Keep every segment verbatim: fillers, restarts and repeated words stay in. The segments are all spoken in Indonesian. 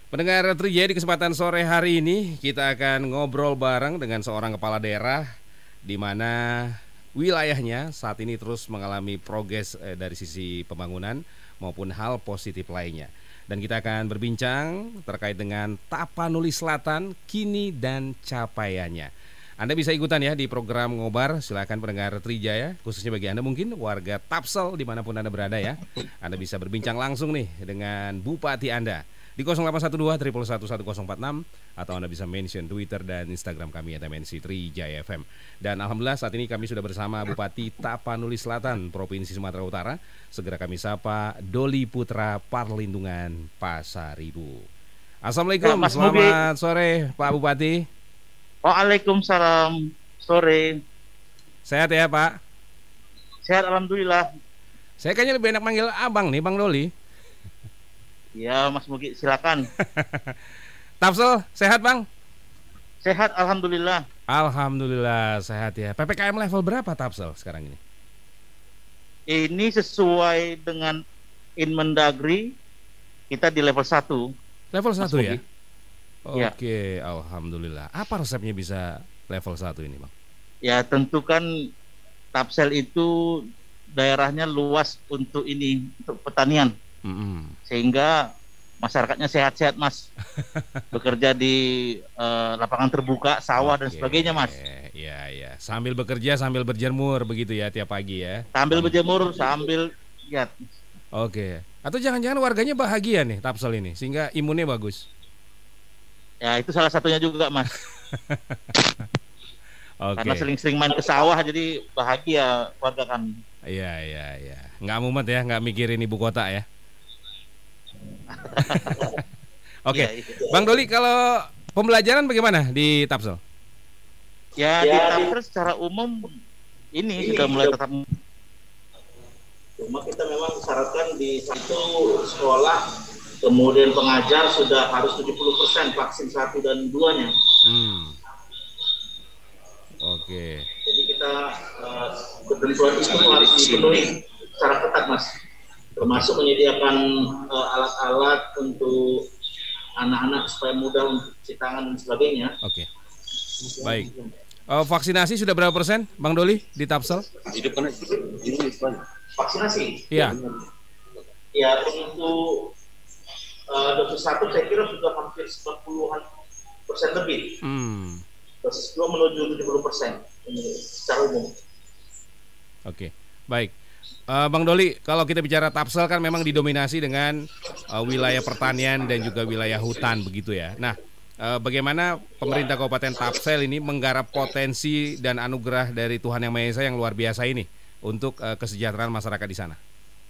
Pendengar Trijaya, di kesempatan sore hari ini kita akan ngobrol bareng dengan seorang kepala daerah di mana wilayahnya saat ini terus mengalami progres eh, dari sisi pembangunan maupun hal positif lainnya. Dan kita akan berbincang terkait dengan Tapanuli Selatan kini dan capaiannya. Anda bisa ikutan ya di program Ngobar, silakan pendengar Trijaya, khususnya bagi Anda mungkin warga Tapsel dimanapun Anda berada ya. Anda bisa berbincang langsung nih dengan Bupati Anda di nol delapan satu dua satu satu satu nol empat enam atau Anda bisa mention Twitter dan Instagram kami at M N C Trijaya F M. Dan alhamdulillah saat ini kami sudah bersama Bupati Tapanuli Selatan Provinsi Sumatera Utara. Segera kami sapa Doli Putra Parlindungan Pasaribu. Assalamualaikum, Ya, Mas selamat Mugi. sore Pak Bupati. Waalaikumsalam. Sore. Sehat ya Pak? Sehat alhamdulillah. Saya kayaknya lebih enak manggil abang nih, Bang Doli. Ya, Mas Mugi, silakan. Tapsel, sehat Bang? Sehat alhamdulillah. Alhamdulillah sehat ya. P P K M level berapa Tapsel sekarang ini? Ini sesuai dengan Inmendagri, kita di level satu. Level Mas satu ya? Mugi. Ya. Oke, alhamdulillah. Apa resepnya bisa level satu ini Bang? Ya, tentu kan Tapsel itu daerahnya luas untuk ini, untuk pertanian. Mm-mm. Sehingga masyarakatnya sehat-sehat, Mas. Bekerja di eh, lapangan terbuka, sawah dan Oke, sebagainya, Mas. iya, iya. Sambil bekerja, sambil berjemur begitu ya tiap pagi ya. Sambil berjemur, sambil lihat. Oke. Atau jangan-jangan warganya bahagia nih Tapsel ini sehingga imunnya bagus. Ya, itu salah satunya juga, Mas. Oke. Karena sering-sering main ke sawah, jadi bahagia warga kami. Iya, iya, iya. Nggak mumet ya, nggak mikirin ibu kota ya. Oke, Ya, itu. Bang Doli, kalau pembelajaran bagaimana di Tapsel? Ya, di Tapsel secara umum ini sudah mulai tetap. Cuma kita memang syaratkan di satu sekolah, kemudian pengajar sudah harus tujuh puluh persen vaksin satu dan duanya. Hmm. Oke. Jadi kita uh, ketentuan itu harus dipenuhi secara ketat, Mas. Termasuk menyediakan uh, alat-alat untuk anak-anak supaya mudah untuk cuci tangan dan sebagainya. Oke. Baik. Oh, vaksinasi sudah berapa persen, Bang Doli di Tapsel? Vaksinasi. Iya. Ya, untuk uh, dosis satu saya kira sudah hampir sembilan puluhan persen lebih. Hmm. Dosis dua menuju tujuh puluh persen secara umum. Oke. Baik. Uh, Bang Doli, kalau kita bicara Tapsel kan memang didominasi dengan uh, wilayah pertanian dan juga wilayah hutan begitu ya. Nah, uh, bagaimana pemerintah Kabupaten Tapsel ini menggarap potensi dan anugerah dari Tuhan Yang Maha Esa yang luar biasa ini untuk uh, kesejahteraan masyarakat di sana?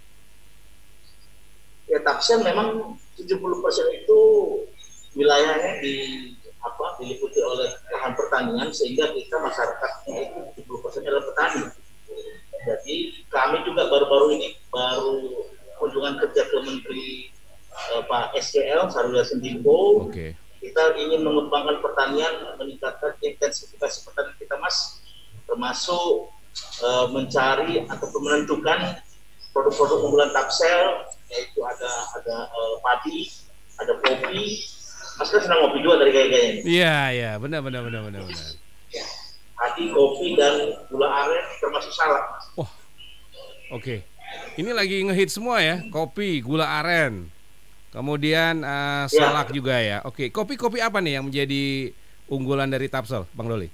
Ya, Tapsel memang tujuh puluh persen itu wilayahnya di apa diliputi oleh lahan pertanian, sehingga kita masyarakatnya itu tujuh puluh persen adalah petani. Jadi kami juga baru-baru ini baru kunjungan kerja ke Menteri eh, Pak S K L Syahrul Yassin Limpo. Oke. Kita ingin mengembangkan pertanian, meningkatkan intensifikasi pertanian kita, Mas, termasuk eh, mencari ataupun menentukan produk-produk unggulan Tapsel, yaitu ada ada eh, padi, ada kopi. Mas kan senang kopi juga dari gaya-gaya ini. Iya, iya, benar, benar, benar, benar, benar. Padi, kopi, dan gula aren termasuk salak, Mas. Wah, oke. Ini lagi ngehit semua ya, kopi, gula aren, kemudian uh, salak Ya. juga ya. Oke, kopi-kopi apa nih yang menjadi unggulan dari Tapsel, Bang Doli?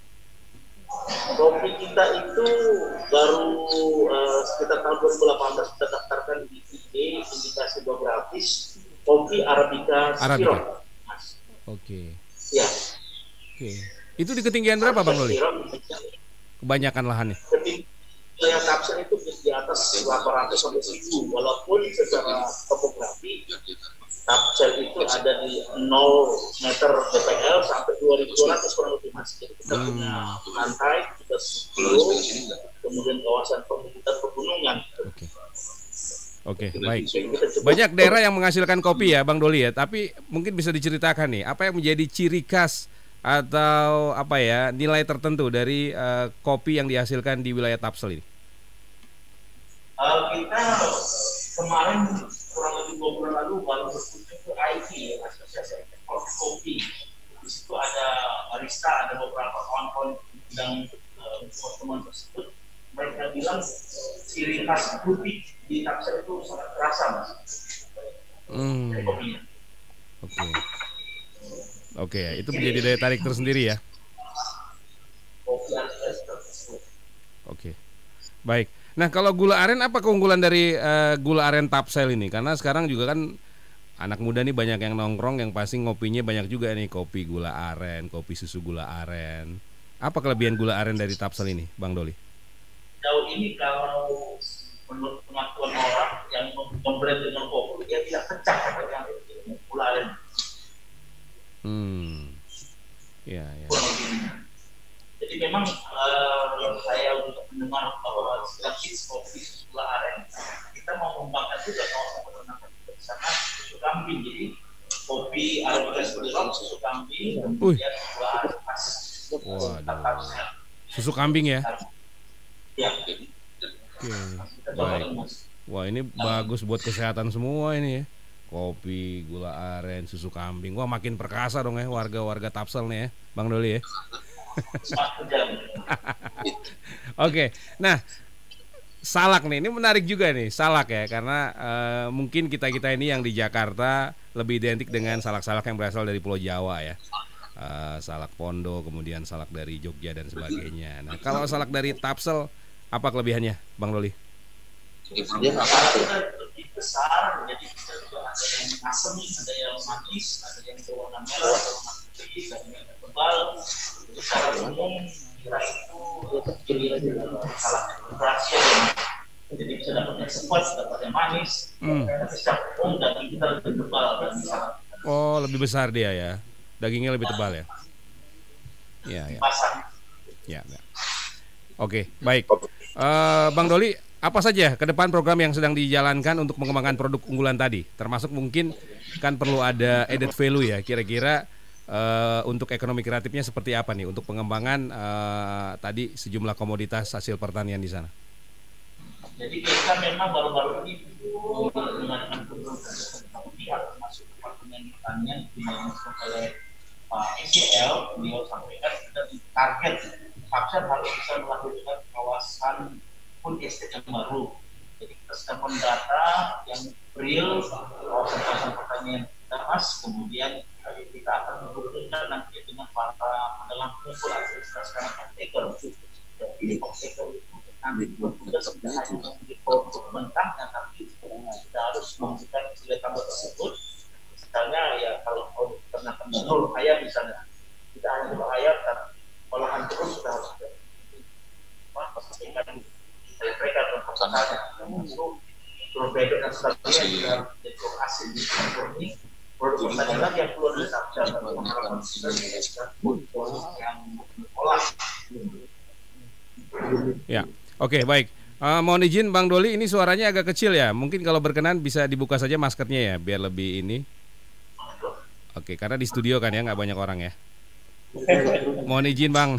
Kopi kita itu baru uh, sekitar tahun dua ribu delapan belas kita daftarkan di I D indikasi geografis kopi Arabica Arabica. Sirop, Mas. Oke. Ya. Oke. Itu di ketinggian berapa, Bang Doli? Kebanyakan lahannya. Ketinggian Tapsel itu di atas delapan ratus sampai seribu, walaupun secara topografi Tapsel itu ada di nol meter D P L sampai dua ribu dua ratus kurang lebih, Mas. Jadi kita Hmm. punya pantai, kita sepuluh, kemudian kawasan perbukitan pegunungan. Oke. Oke, baik. Banyak daerah yang menghasilkan kopi ya, Bang Doli ya. Tapi mungkin bisa diceritakan nih, apa yang menjadi ciri khas atau apa ya nilai tertentu dari uh, kopi yang dihasilkan di wilayah Tapsel ini? Uh, kita kemarin kurang lebih dua bulan lalu baru berkunjung ke I T, Asosiasi putih di Tapsel itu sangat terasa mas. Hmm. Dari kopinya. Oke. Okay. Oke, okay, itu menjadi daya tarik tersendiri ya. Kopi Arifes tersebut. Oke. Okay. Baik. Nah, kalau gula aren apa keunggulan dari uh, gula aren Tapsel ini? Karena sekarang juga kan anak muda nih banyak yang nongkrong, yang pasti ngopinya banyak juga nih, kopi gula aren, kopi susu gula aren. Apa kelebihan gula aren dari Tapsel ini, Bang Doli? Jauh ini kalau menurut pengakuan orang yang memblend dengan kopi, dia tidak pecah dengan gula aren. Hmm. Ya, ya. Jadi memang uh, saya untuk mendengar bahwa gratis kopi susu gula aren, kita mau mengembangkan juga kalau menggunakan di sana susu kambing. Jadi kopi Arifes susu kambing, kemudian gula aren khas. Waduh. Susu kambing ya? Ya. Oke. Baik. Wah, ini bagus buat kesehatan semua ini ya. Kopi, gula aren, susu kambing. Wah, makin perkasa dong ya warga-warga Tapsel nih ya, Bang Doli ya. Oke, nah salak nih, ini menarik juga nih salak ya, karena uh, mungkin kita kita ini yang di Jakarta lebih identik dengan salak-salak yang berasal dari Pulau Jawa ya, uh, salak Pondo, kemudian salak dari Jogja dan sebagainya. Nah, kalau salak dari Tapsel apa kelebihannya, Bang Doli? Dia lebih besar, jadi kita juga ada yang asam, ada yang manis, ada yang berwarna merah, ada warna putih, ada yang tebal. Jadi secara umum kira itu salah berhasil. Jadi bisa dapat yang sepet, dapat yang manis. Hmm. Tapi secara umum daging kita lebih tebal dan besar. Oh, lebih besar dia ya, dagingnya lebih tebal ya. Ya, ya. Ya, ya. Oke, baik. Uh, Bang Doli, apa saja ke depan program yang sedang dijalankan untuk mengembangkan produk unggulan tadi? Termasuk mungkin kan perlu ada added value ya, kira-kira uh, untuk ekonomi kreatifnya seperti apa nih untuk pengembangan uh, tadi sejumlah komoditas hasil pertanian di sana? Jadi kita memang baru-baru ini menggunakan program pihak termasuk Departemen Pertanian dimanfaatkan oleh Pak E C L. Beliau sampaikan kita target Tapsel harus bisa melakukan kawasan food estate yang baru. Jadi kita sedang mendata yang real kawasan-kawasan pertanian kita mas, kemudian kita akan menghubungkan nanti dengan para dalam kumpul administrasi caretaker. Jadi caretaker itu nanti bertugas tidak hanya menjadi produk mentahnya, tapi kita harus memberikan nilai tambah tersebut. Misalnya ya kalau produk peternakan telur ayam misalnya, kita hanya telur ayam, tapi olahan terus sudah harus pastikan mereka terpaksakan termasuk berbeda dan sebagainya dari lokasi di ini produk pertanian lagi yang perlu disabda dan pengalaman yang olah. Ya, oke, baik. Uh, mohon izin Bang Doli, ini suaranya agak kecil ya. Mungkin kalau berkenan bisa dibuka saja maskernya ya, biar lebih ini. Oke, karena di studio kan ya, nggak banyak orang ya. Mohon izin Bang.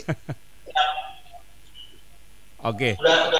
Oke.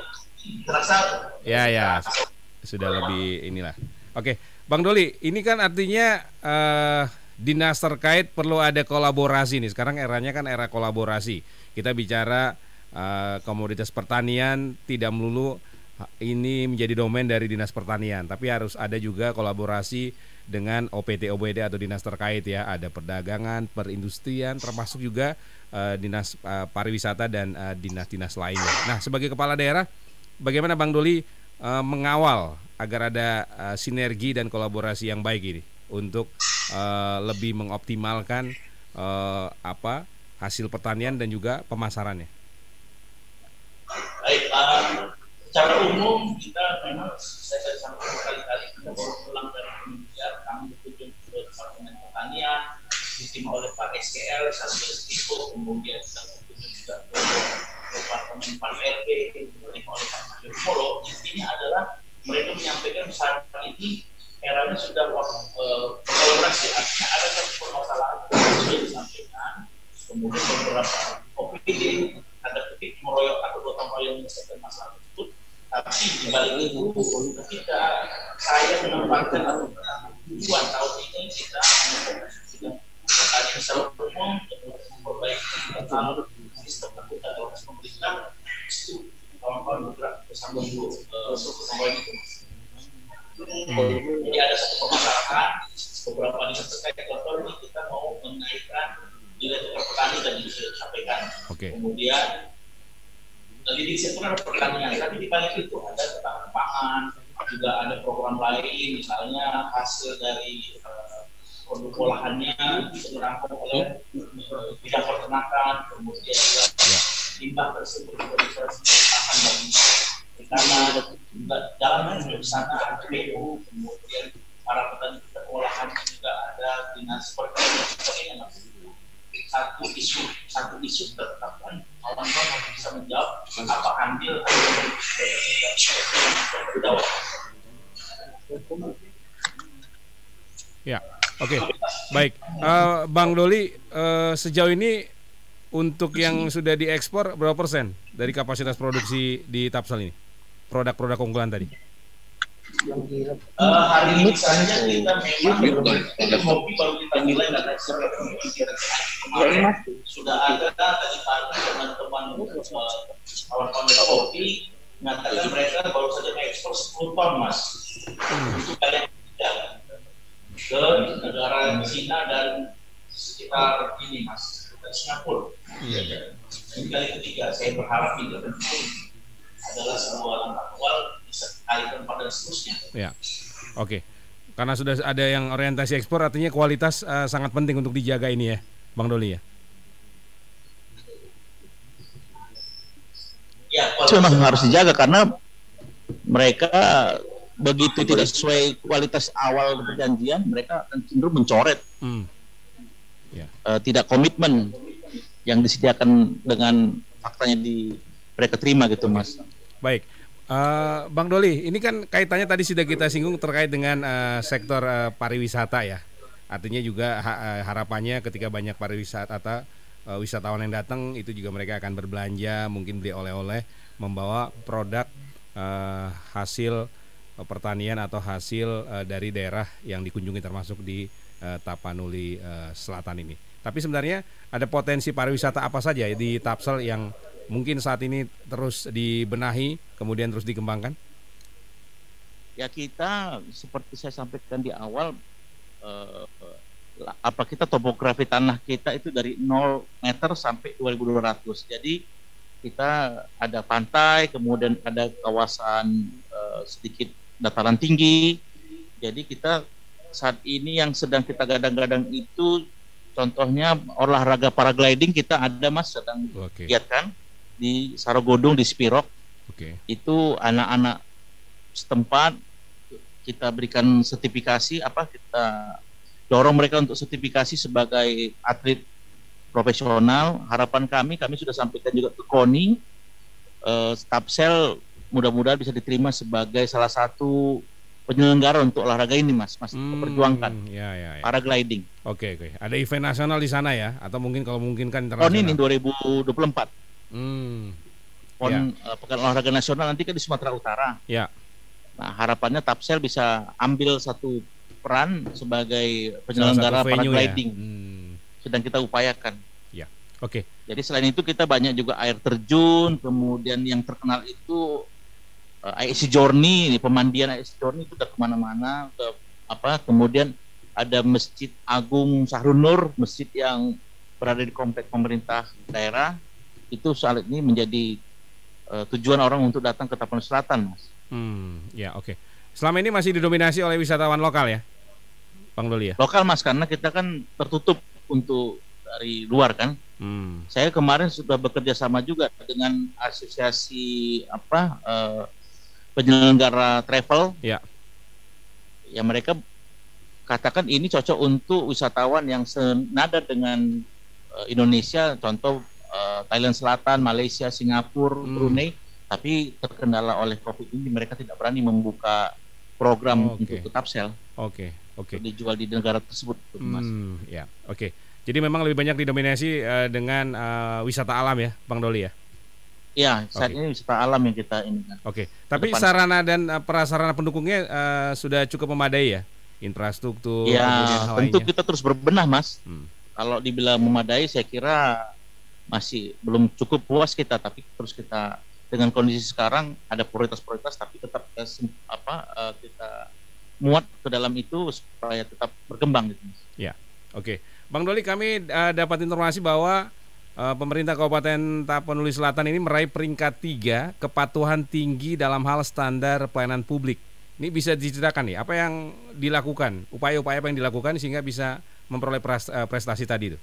Ya ya, sudah lebih inilah. Oke, Bang Doli, ini kan artinya uh, dinas terkait perlu ada kolaborasi nih. Sekarang eranya kan era kolaborasi. Kita bicara uh, komoditas pertanian tidak melulu ini menjadi domain dari dinas pertanian, tapi harus ada juga kolaborasi dengan O P T O P D atau dinas terkait ya. Ada perdagangan, perindustrian, termasuk juga uh, dinas uh, pariwisata dan uh, dinas-dinas lainnya. Nah, sebagai kepala daerah, bagaimana Bang Doli uh, mengawal agar ada uh, sinergi dan kolaborasi yang baik ini untuk uh, lebih mengoptimalkan uh, apa hasil pertanian dan juga pemasarannya? Baik, uh, secara umum kita memang saya sudah sampaikan berkali-kali kita baru pulang dari Indonesia, kami berkunjung ke Departemen Pertanian, diterima oleh Pak S K L, Satgas Tiko, kemudian kita berkunjung juga ke Departemen Pan R B, diterima oleh Pak Mayor Moro. Intinya adalah mereka menyampaikan saat ini eranya sudah berkolaborasi, artinya ada satu permasalahan yang sudah disampaikan, kemudian beberapa O P D ada ketik meroyok atau gotong royong menyelesaikan masalah tersebut. Tapi di balik itu, ketika saya menempatkan atau tujuan tahun ini kita sudah bertanya secara umum untuk memperbaiki tentang sistem akuntabilitas pemerintah, itu kawan-kawan bergerak bersama untuk beberapa dinas terkait. Contoh ini kita mau menaikkan nilai tukar petani tadi bisa disampaikan. Okay. Kemudian leading sector ada pertanian, tapi di balik itu ada ketahanan pangan, juga ada program lain, misalnya hasil dari uh, produk olahannya bisa dirangkum oleh uh, bidang peternakan, kemudian juga limbah tersebut juga bisa digunakan bagi perikanan, juga jalan di sana ada B U, kemudian para petani kita olahan juga ada dinas pertanian sebagainya. Satu isu satu isu tetapkan kawan-kawan bisa menjawab apa andil ya oke okay. Baik uh, Bang Doli, uh, sejauh ini untuk yang sudah diekspor berapa persen dari kapasitas produksi di Tapsel ini produk-produk unggulan tadi? Uh, hari ini saja kita memang kopi baru kita nilai dan kemarin sudah ada tadi pagi teman-teman kawan-kawan dari kopi mengatakan mereka baru saja mengekspor sepuluh ton mas untuk kalian ke negara Cina dan sekitar ini mas ke Singapura. Ini kali ketiga saya berharap ini adalah sebuah langkah awal bisa kali keempat dan seterusnya. Ya, oke. Okay. Karena sudah ada yang orientasi ekspor, artinya kualitas uh, sangat penting untuk dijaga ini ya, Bang Doli ya. Ya, itu memang harus dijaga karena mereka begitu tidak sesuai kualitas awal perjanjian, mereka akan cenderung mencoret, hmm. yeah. uh, tidak komitmen yang disediakan dengan faktanya di mereka terima gitu, Mas. Baik, uh, Bang Doli, ini kan kaitannya tadi sudah kita singgung terkait dengan uh, sektor uh, pariwisata ya. Artinya juga ha- harapannya ketika banyak pariwisata atau uh, wisatawan yang datang itu juga mereka akan berbelanja, mungkin beli oleh-oleh, membawa produk uh, hasil uh, pertanian atau hasil uh, dari daerah yang dikunjungi termasuk di uh, Tapanuli uh, Selatan ini. Tapi sebenarnya ada potensi pariwisata apa saja di Tapsel yang mungkin saat ini terus dibenahi, kemudian terus dikembangkan? Ya kita seperti saya sampaikan di awal, eh, apa kita topografi tanah kita itu dari nol meter sampai dua ribu dua ratus. Jadi kita ada pantai, kemudian ada kawasan eh, sedikit dataran tinggi. Jadi kita saat ini yang sedang kita gadang-gadang itu contohnya olahraga paragliding kita ada Mas sedang okay. giatkan di Sarogodong di Spirok. Okay. Itu anak-anak setempat kita berikan sertifikasi apa kita dorong mereka untuk sertifikasi sebagai atlet profesional. Harapan kami kami sudah sampaikan juga ke KONI eh, Tapsel mudah-mudahan bisa diterima sebagai salah satu penyelenggara untuk olahraga ini Mas, Mas hmm, perjuangkan ya, ya, ya. paragliding. Oke oke. Ada event nasional di sana ya atau mungkin kalau mungkin kan internasional. KONI ini dua ribu dua puluh empat. Hmm. Pon Ya. uh, Pekan Olahraga Nasional nanti kan di Sumatera Utara. Ya. Nah, harapannya Tapsel bisa ambil satu peran sebagai penyelenggara paragliding. Ya? Hmm. Sedang kita upayakan. Ya. Oke. Jadi selain itu kita banyak juga air terjun, kemudian yang terkenal itu uh, I C Journey, pemandian I C Journey itu udah kemana-mana, ke apa? Kemudian ada Masjid Agung Sahrunur, masjid yang berada di komplek pemerintah daerah. Itu saat ini menjadi uh, tujuan orang untuk datang ke Tapanuli Selatan, Mas. Hmm, ya oke. Okay. Selama ini masih didominasi oleh wisatawan lokal ya, Bang Doli ya? Lokal Mas, karena kita kan tertutup untuk dari luar kan. Hmm. Saya kemarin sudah bekerja sama juga dengan asosiasi apa uh, penyelenggara travel. Ya. Ya mereka katakan ini cocok untuk wisatawan yang senada dengan uh, Indonesia, contoh uh, Thailand Selatan, Malaysia, Singapura, hmm. Brunei. Tapi terkendala oleh COVID ini mereka tidak berani membuka program oh, okay. untuk Tapsel. Oke, okay, oke. Okay. Dijual di negara tersebut, Mas. Hmm, ya, oke. Okay. Jadi memang lebih banyak didominasi uh, dengan uh, wisata alam ya, Bang Doli ya? Iya, saat okay. ini wisata alam yang kita ini kan. Oke. Okay. Tapi sarana dan uh, prasarana pendukungnya uh, sudah cukup memadai ya? Infrastruktur. Ya, tentu kita terus berbenah, Mas. Hmm. Kalau dibilang memadai, saya kira masih belum cukup puas kita, tapi terus kita dengan kondisi sekarang ada prioritas-prioritas tapi tetap kita apa uh, kita muat ke dalam itu supaya tetap berkembang gitu. Ya, oke. Bang Doli, kami uh, dapat informasi bahwa uh, pemerintah Kabupaten Tapanuli Selatan ini meraih peringkat tiga kepatuhan tinggi dalam hal standar pelayanan publik. Ini bisa diceritakan nih, apa yang dilakukan, upaya-upaya apa yang dilakukan sehingga bisa memperoleh prestasi tadi itu?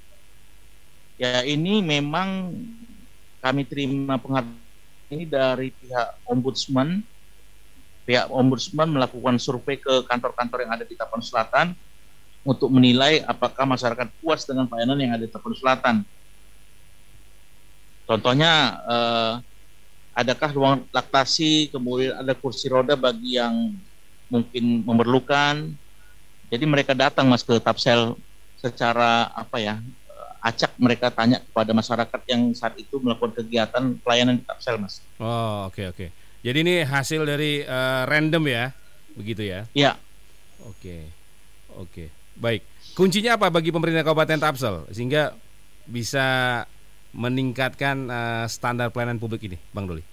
Ya, ini memang kami terima penghargaan ini dari pihak Ombudsman. Pihak Ombudsman melakukan survei ke kantor-kantor yang ada di Tapanuli Selatan untuk menilai apakah masyarakat puas dengan pelayanan yang ada di Tapanuli Selatan. Contohnya, eh, adakah ruang laktasi, kemudian ada kursi roda bagi yang mungkin memerlukan. Jadi mereka datang mas ke Tapsel secara apa ya, acak, mereka tanya kepada masyarakat yang saat itu melakukan kegiatan pelayanan di Tapsel, mas. Oh, oke okay, oke. Okay. Jadi ini hasil dari uh, random ya, begitu ya? Iya. Oke, okay. oke, okay. Baik. Kuncinya apa bagi pemerintah Kabupaten Tapsel sehingga bisa meningkatkan uh, standar pelayanan publik ini, Bang Doli?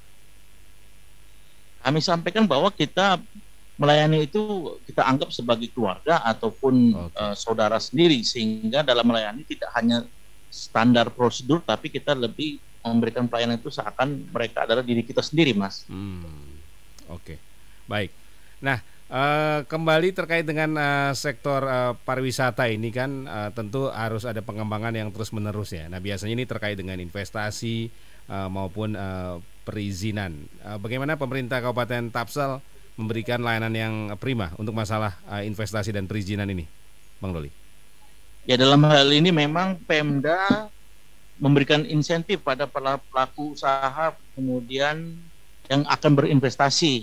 Kami sampaikan bahwa kita melayani itu kita anggap sebagai keluarga ataupun okay. uh, saudara sendiri, sehingga dalam melayani tidak hanya standar prosedur, tapi kita lebih memberikan pelayanan itu seakan mereka adalah diri kita sendiri, mas. Hmm, Oke, okay. Baik. Nah, uh, kembali terkait dengan uh, sektor uh, pariwisata ini kan uh, tentu harus ada pengembangan yang terus menerus ya. Nah, biasanya ini terkait dengan investasi uh, maupun uh, perizinan. Uh, bagaimana pemerintah Kabupaten Tapsel memberikan layanan yang prima untuk masalah uh, investasi dan perizinan ini, Bang Doli? Ya, dalam hal ini memang Pemda memberikan insentif pada pelaku usaha kemudian yang akan berinvestasi.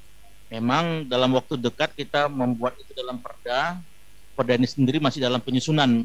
Memang dalam waktu dekat kita membuat itu dalam perda. Perda ini sendiri masih dalam penyusunan.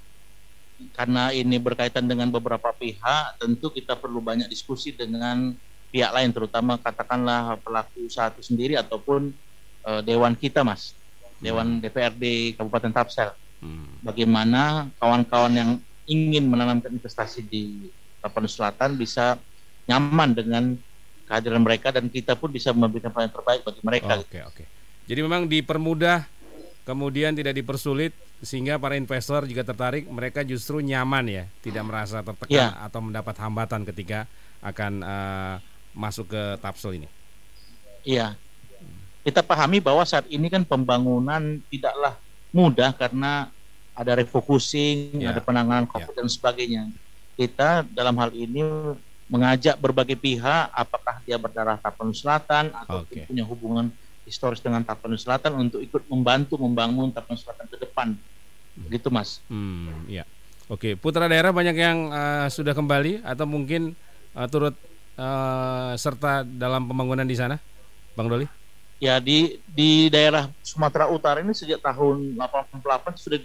Karena ini berkaitan dengan beberapa pihak, tentu kita perlu banyak diskusi dengan pihak lain, terutama katakanlah pelaku usaha itu sendiri ataupun uh, dewan kita, mas. Dewan D P R D Kabupaten Tapsel. Bagaimana kawan-kawan yang ingin menanamkan investasi di Tapanuli Selatan bisa nyaman dengan kehadiran mereka, dan kita pun bisa memberikan pelayanan terbaik bagi mereka. Oke, oke. Jadi memang dipermudah, kemudian tidak dipersulit, sehingga para investor jika tertarik mereka justru nyaman ya, tidak merasa tertekan ya, atau mendapat hambatan ketika akan uh, masuk ke Tapsel ini. Iya. Kita pahami bahwa saat ini kan pembangunan tidaklah mudah karena ada refocusing, ya, ada penanganan COVID ya, dan sebagainya. Kita dalam hal ini mengajak berbagai pihak, apakah dia berdarah Tapanuli Selatan atau okay. punya hubungan historis dengan Tapanuli Selatan, untuk ikut membantu membangun Tapanuli Selatan ke depan. Begitu, mas. Hmm, ya. Oke, putra daerah banyak yang uh, sudah kembali atau mungkin uh, turut uh, serta dalam pembangunan di sana, Bang Doli? Ya, di di daerah Sumatera Utara ini sejak tahun delapan puluh delapan sudah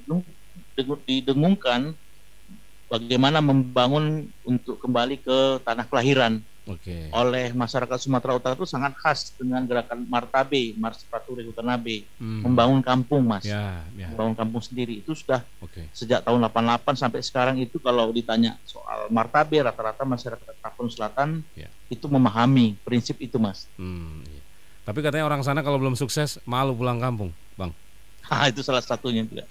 didengungkan bagaimana membangun untuk kembali ke tanah kelahiran. Okay. Oleh masyarakat Sumatera Utara itu sangat khas dengan gerakan Martabe, Marsipaturi Hutanabe, hmm. membangun kampung, mas. Ya, ya. Membangun kampung sendiri itu sudah okay. sejak tahun delapan puluh delapan sampai sekarang. Itu kalau ditanya soal Martabe, rata-rata masyarakat Tapanuli Selatan ya. itu memahami prinsip itu, mas. Hmm, iya. Tapi katanya orang sana kalau belum sukses malu pulang kampung, Bang. Ah, itu salah satunya juga.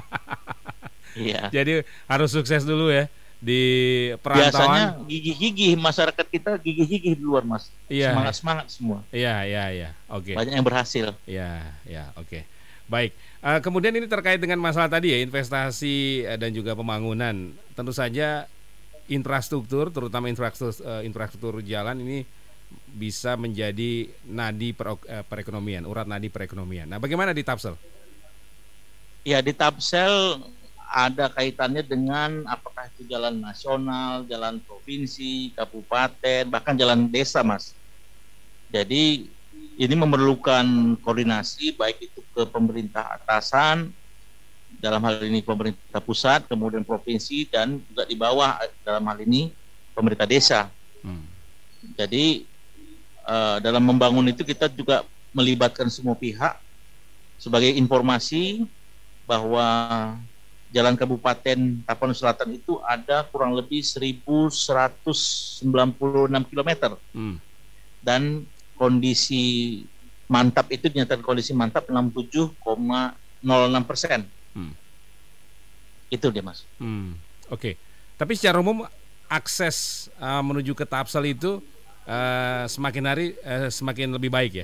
Iya. Jadi harus sukses dulu ya di perantauan. Biasanya gigih-gigih masyarakat kita, gigih-gigih di luar, mas. Iya. Semangat-semangat semua. Iya, iya, iya. Oke. Okay. Banyak yang berhasil. Iya, iya, oke. Okay. Baik. Uh, kemudian ini terkait dengan masalah tadi ya, investasi uh, dan juga pembangunan. Tentu saja infrastruktur, terutama infrastruktur uh, infrastruktur jalan ini bisa menjadi nadi perekonomian, urat nadi perekonomian. Nah, bagaimana di Tapsel? Ya, di Tapsel ada kaitannya dengan apakah itu jalan nasional, jalan provinsi, kabupaten, bahkan jalan desa, mas. Jadi ini memerlukan koordinasi baik itu ke pemerintah atasan, dalam hal ini pemerintah pusat, kemudian provinsi, dan juga di bawah dalam hal ini pemerintah desa. Hmm. Jadi Uh, dalam membangun itu kita juga melibatkan semua pihak. Sebagai informasi bahwa jalan Kabupaten Tapanuli Selatan itu ada kurang lebih seribu seratus sembilan puluh enam kilometer. Hmm. Dan kondisi mantap itu dinyatakan kondisi mantap enam puluh tujuh koma nol enam persen. Hmm. Itu dia Mas. Hmm. Oke. Okay. Tapi secara umum akses uh, menuju ke Tapsel itu uh, semakin hari uh, semakin lebih baik ya.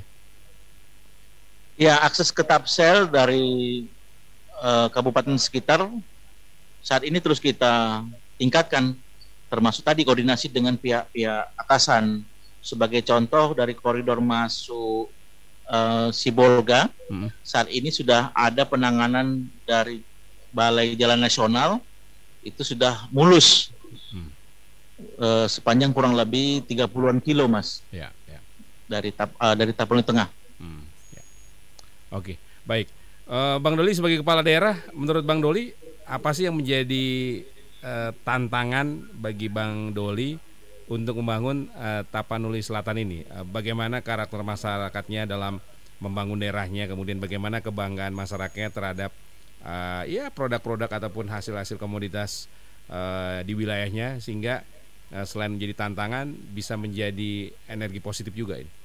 Ya, akses ke Tapsel dari uh, kabupaten sekitar saat ini terus kita tingkatkan, termasuk tadi koordinasi dengan pihak-pihak atasan. Sebagai contoh dari koridor masuk uh, Sibolga, hmm. saat ini sudah ada penanganan dari Balai Jalan Nasional, itu sudah mulus hmm. uh, sepanjang kurang lebih tiga puluhan kilo Mas, ya, ya. dari tap, uh, dari Tapanuli Tengah. Hmm. Ya. Oke, baik. Uh, Bang Doli sebagai kepala daerah, menurut Bang Doli apa sih yang menjadi uh, tantangan bagi Bang Doli untuk membangun uh, Tapanuli Selatan ini? Uh, bagaimana karakter masyarakatnya dalam membangun daerahnya, kemudian bagaimana kebanggaan masyarakatnya terhadap uh, ya produk-produk ataupun hasil-hasil komoditas uh, di wilayahnya, sehingga uh, selain menjadi tantangan bisa menjadi energi positif juga ini.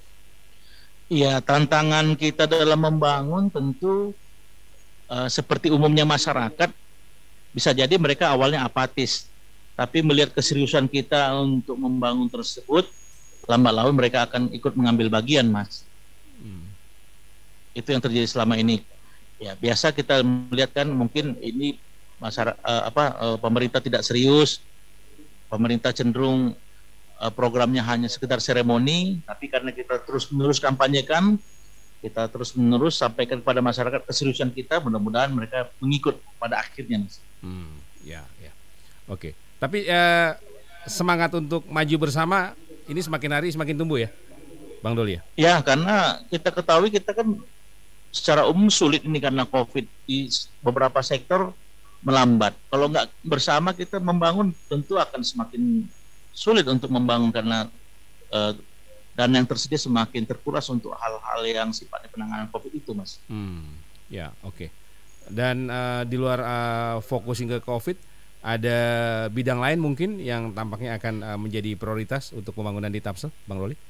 Iya, tantangan kita dalam membangun tentu uh, seperti umumnya masyarakat, bisa jadi mereka awalnya apatis, tapi melihat keseriusan kita untuk membangun tersebut, lambat laun mereka akan ikut mengambil bagian, Mas. Hmm. Itu yang terjadi selama ini. Ya, biasa kita melihat kan mungkin ini masyarakat uh, apa uh, pemerintah tidak serius, pemerintah cenderung uh, programnya hanya sekedar seremoni, tapi karena kita terus-menerus kampanyekan, kita terus-menerus sampaikan kepada masyarakat keseriusan kita, mudah-mudahan mereka mengikut pada akhirnya, Mas. Hmm, ya, ya. Oke. Tapi eh, semangat untuk maju bersama ini semakin hari semakin tumbuh ya, Bang Doli ya? Ya, karena kita ketahui kita kan secara umum sulit ini karena COVID di beberapa sektor melambat. Kalau nggak bersama kita membangun tentu akan semakin sulit untuk membangun karena eh, dana yang tersedia semakin terkuras untuk hal-hal yang sifatnya penanganan COVID itu, Mas. Hmm, ya, oke. Okay. Dan uh, di luar uh, fokusin ke COVID, ada bidang lain mungkin yang tampaknya akan uh, menjadi prioritas untuk pembangunan di Tapsel, Bang Doli?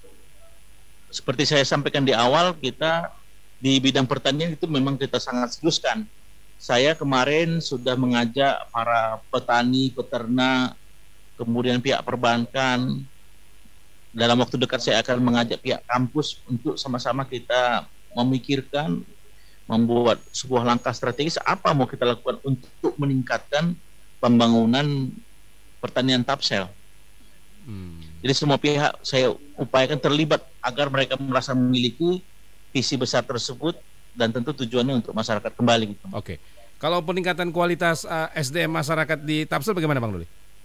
Seperti saya sampaikan di awal, kita di bidang pertanian itu memang kita sangat seriuskan. Saya kemarin sudah mengajak para petani, peternak, kemudian pihak perbankan. Dalam waktu dekat saya akan mengajak pihak kampus untuk sama-sama kita memikirkan, membuat sebuah langkah strategis apa mau kita lakukan untuk meningkatkan pembangunan pertanian Tapsel. Hmm. Jadi semua pihak saya upayakan terlibat agar mereka merasa memiliki visi besar tersebut dan tentu tujuannya untuk masyarakat kembali. Gitu. Oke. Kalau peningkatan kualitas uh, S D M masyarakat di Tapsel bagaimana, Bang Doli?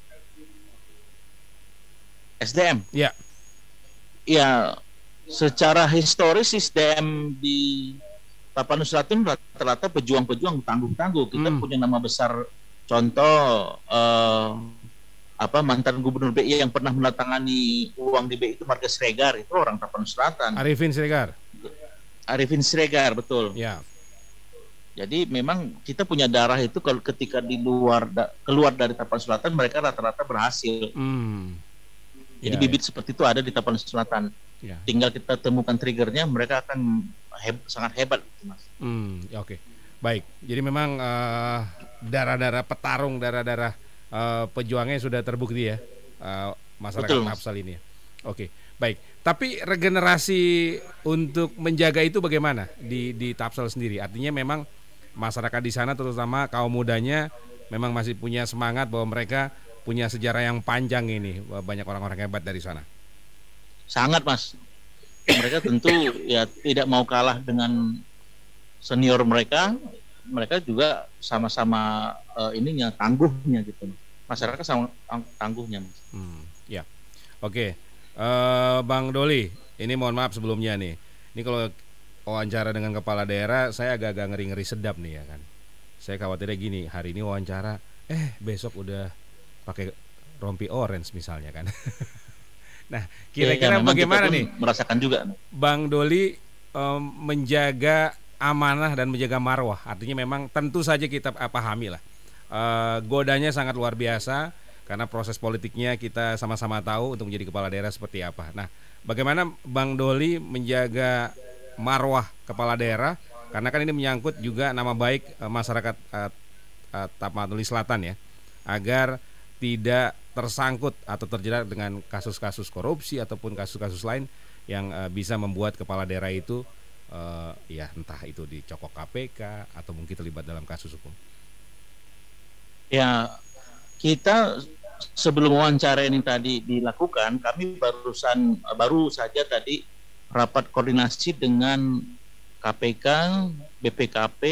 S D M? Ya. Ya, secara historis S D M di Tapanuli Selatan rata-rata pejuang-pejuang tangguh-tangguh. Kita hmm. punya nama besar, contoh uh, apa mantan gubernur B I yang pernah menandatangani uang di B I itu Marga Siregar, itu orang Tapanuli Selatan. Arifin Siregar. Arifin Siregar, betul. Ya. Jadi memang kita punya darah itu kalau ketika di luar da, keluar dari Tapanuli Selatan mereka rata-rata berhasil. Hmm. Jadi ya, bibit ya. Seperti itu ada di Tapanuli Selatan. Ya. Tinggal kita temukan triggernya, mereka akan heb, sangat hebat, Mas. Hmm, ya, oke, okay. Baik. Jadi memang uh, darah-darah petarung, darah-darah uh, pejuangnya sudah terbukti ya, uh, masyarakat Tapsel ini. Oke, okay. Baik. Tapi regenerasi untuk menjaga itu bagaimana di di Tapsel sendiri? Artinya memang masyarakat di sana, terutama kaum mudanya, memang masih punya semangat bahwa mereka punya sejarah yang panjang ini, banyak orang-orang hebat dari sana. Sangat, Mas. Mereka tentu ya tidak mau kalah dengan senior mereka. Mereka juga sama-sama uh, ininya tangguhnya gitu. Masyarakat sama tangguhnya, Mas. Hmm, ya, oke. Uh, Bang Doli, ini mohon maaf sebelumnya nih. Ini kalau wawancara dengan kepala daerah, saya agak-agak ngeri-ngeri sedap nih ya kan. Saya khawatirnya gini, hari ini wawancara, eh besok udah pakai rompi orange misalnya kan. Nah, kira-kira ya, ya, bagaimana nih merasakan juga Bang Doli um, menjaga amanah dan menjaga marwah? Artinya memang tentu saja kita pahami lah, uh, godanya sangat luar biasa karena proses politiknya kita sama-sama tahu untuk menjadi kepala daerah seperti apa. Nah, bagaimana Bang Doli menjaga marwah kepala daerah, karena kan ini menyangkut juga nama baik uh, masyarakat uh, uh, Tapanuli Selatan ya, agar tidak tersangkut atau terjerat dengan kasus-kasus korupsi ataupun kasus-kasus lain yang uh, bisa membuat kepala daerah itu uh, ya entah itu dicokok K P K atau mungkin terlibat dalam kasus hukum. Ya, kita sebelum wawancara ini tadi dilakukan, kami barusan baru saja tadi rapat koordinasi dengan K P K, B P K P,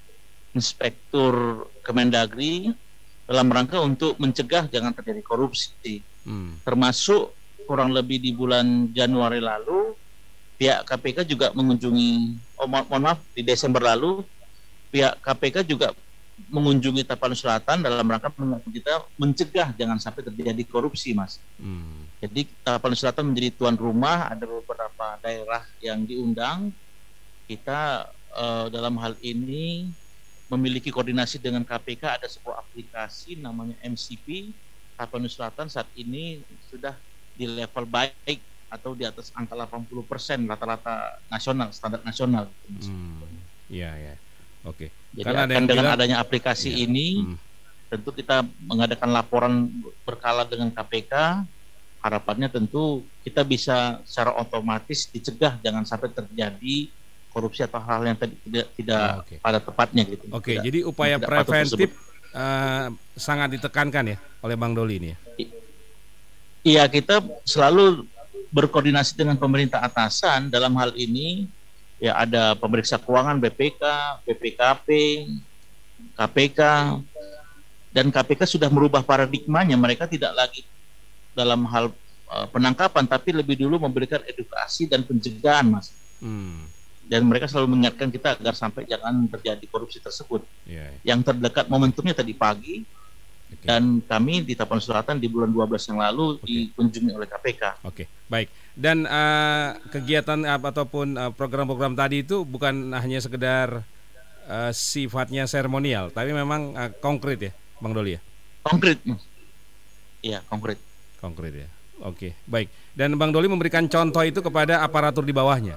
Inspektur Kemendagri dalam rangka untuk mencegah jangan terjadi korupsi. Hmm. Termasuk kurang lebih di bulan Januari lalu, pihak K P K juga mengunjungi, oh mohon maaf, di Desember lalu, pihak K P K juga mengunjungi Tapanuli Selatan dalam rangka kita mencegah jangan sampai terjadi korupsi, Mas. Hmm. Jadi Tapanuli Selatan menjadi tuan rumah, ada beberapa daerah yang diundang. Kita uh, dalam hal ini memiliki koordinasi dengan K P K, ada sebuah aplikasi namanya M C P. Tapanuli Selatan saat ini sudah di level baik atau di atas angka delapan puluh persen rata-rata nasional, standar nasional. Hmm. Ya, ya. Oke. Jadi Karena akan dengan bilang, adanya aplikasi iya. ini, hmm. tentu kita mengadakan laporan berkala dengan K P K. Harapannya tentu kita bisa secara otomatis dicegah jangan sampai terjadi korupsi atau hal yang tidak tidak oh, okay. pada tepatnya gitu. Oke. Okay, jadi upaya preventif uh, sangat ditekankan ya oleh Bang Doli ini. Iya, kita selalu berkoordinasi dengan pemerintah atasan dalam hal ini. Ya, ada pemeriksa keuangan B P K, B P K P, K P K, dan K P K sudah merubah paradigmanya. Mereka tidak lagi dalam hal uh, penangkapan, tapi lebih dulu memberikan edukasi dan pencegahan, Mas. Hmm. Dan mereka selalu mengingatkan kita agar sampai jangan terjadi korupsi tersebut. Yeah. Yang terdekat momentumnya tadi pagi, okay. dan kami di Tapanuli Selatan di bulan dua belas yang lalu okay. dikunjungi oleh K P K. Oke, okay. Baik. Dan uh, kegiatan uh, ataupun uh, program-program tadi itu bukan hanya sekedar uh, sifatnya seremonial, tapi memang uh, konkret ya, Bang Doli ya? Konkret, iya konkret. Konkret ya, oke, baik. Dan Bang Doli memberikan contoh itu kepada aparatur di bawahnya?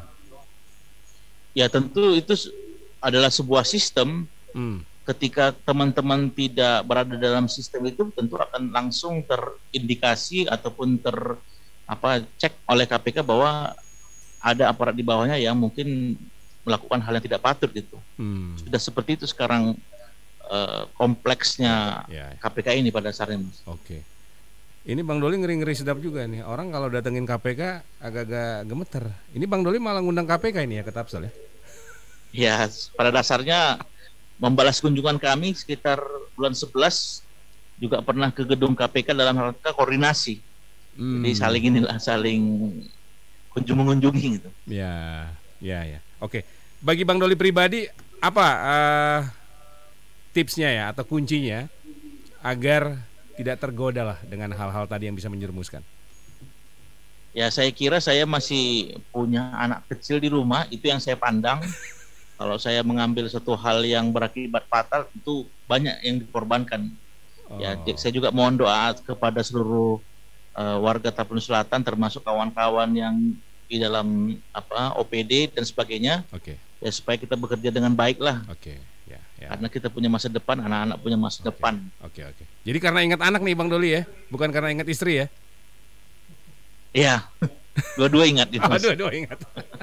Ya tentu itu adalah sebuah sistem. Hmm. Ketika teman-teman tidak berada dalam sistem itu, tentu akan langsung terindikasi ataupun ter apa cek oleh K P K bahwa ada aparat di bawahnya yang mungkin melakukan hal yang tidak patut gitu. Hmm. Sudah seperti itu sekarang uh, kompleksnya ya, ya. K P K ini pada dasarnya, Mas. Oke. Ini Bang Doli ngeri-ngeri sedap juga nih. Orang kalau datengin K P K agak-agak gemeter. Ini Bang Doli malah ngundang K P K ini ya ke Tapsel ya? Ya, pada dasarnya membalas kunjungan kami sekitar bulan sebelas juga pernah ke gedung K P K dalam rangka koordinasi. Hmm. Jadi saling inilah saling kunjung mengunjungi gitu. Ya, ya, ya. Oke. Bagi Bang Doli pribadi apa uh, tipsnya ya atau kuncinya agar tidak tergoda lah dengan hal-hal tadi yang bisa menjerumuskan? Ya, saya kira saya masih punya anak kecil di rumah, itu yang saya pandang. Kalau saya mengambil satu hal yang berakibat fatal, itu banyak yang dikorbankan. Oh. Ya, saya juga mohon doa kepada seluruh uh, warga Tapanuli Selatan, termasuk kawan-kawan yang di dalam apa O P D dan sebagainya. Oke. Okay. Ya, supaya kita bekerja dengan baik lah. Oke. Okay. Ya, ya. Karena kita punya masa depan, anak-anak punya masa okay. depan. Oke, okay, oke. Okay. Jadi karena ingat anak nih Bang Doli ya, bukan karena ingat istri ya? Iya. Dua-dua ingat gitu. Oh, dua-dua ingat.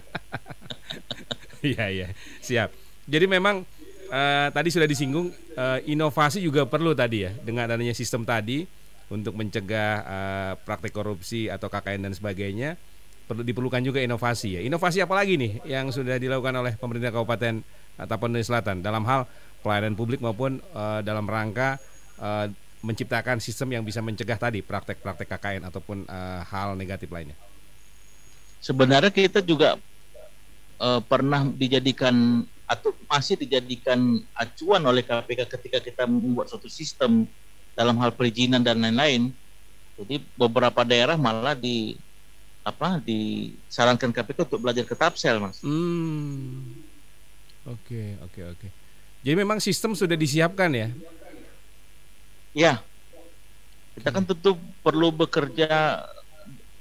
Iya, iya. Siap. Jadi memang uh, tadi sudah disinggung uh, inovasi juga perlu tadi ya, dengan adanya sistem tadi untuk mencegah uh, praktik korupsi atau K K N dan sebagainya, perlu diperlukan juga inovasi ya. Inovasi apa lagi nih yang sudah dilakukan oleh pemerintah Kabupaten Tapanuli Selatan dalam hal pelayanan publik maupun uh, dalam rangka uh, menciptakan sistem yang bisa mencegah tadi praktek-praktek K K N ataupun uh, hal negatif lainnya? Sebenarnya kita juga uh, pernah dijadikan atau masih dijadikan acuan oleh K P K ketika kita membuat suatu sistem dalam hal perizinan dan lain-lain. Jadi beberapa daerah malah di apa disarankan K P K untuk belajar ke Tapsel, Mas. Hmm. Oke, oke, oke. Jadi memang sistem sudah disiapkan ya? Ya. Kita kan tentu perlu bekerja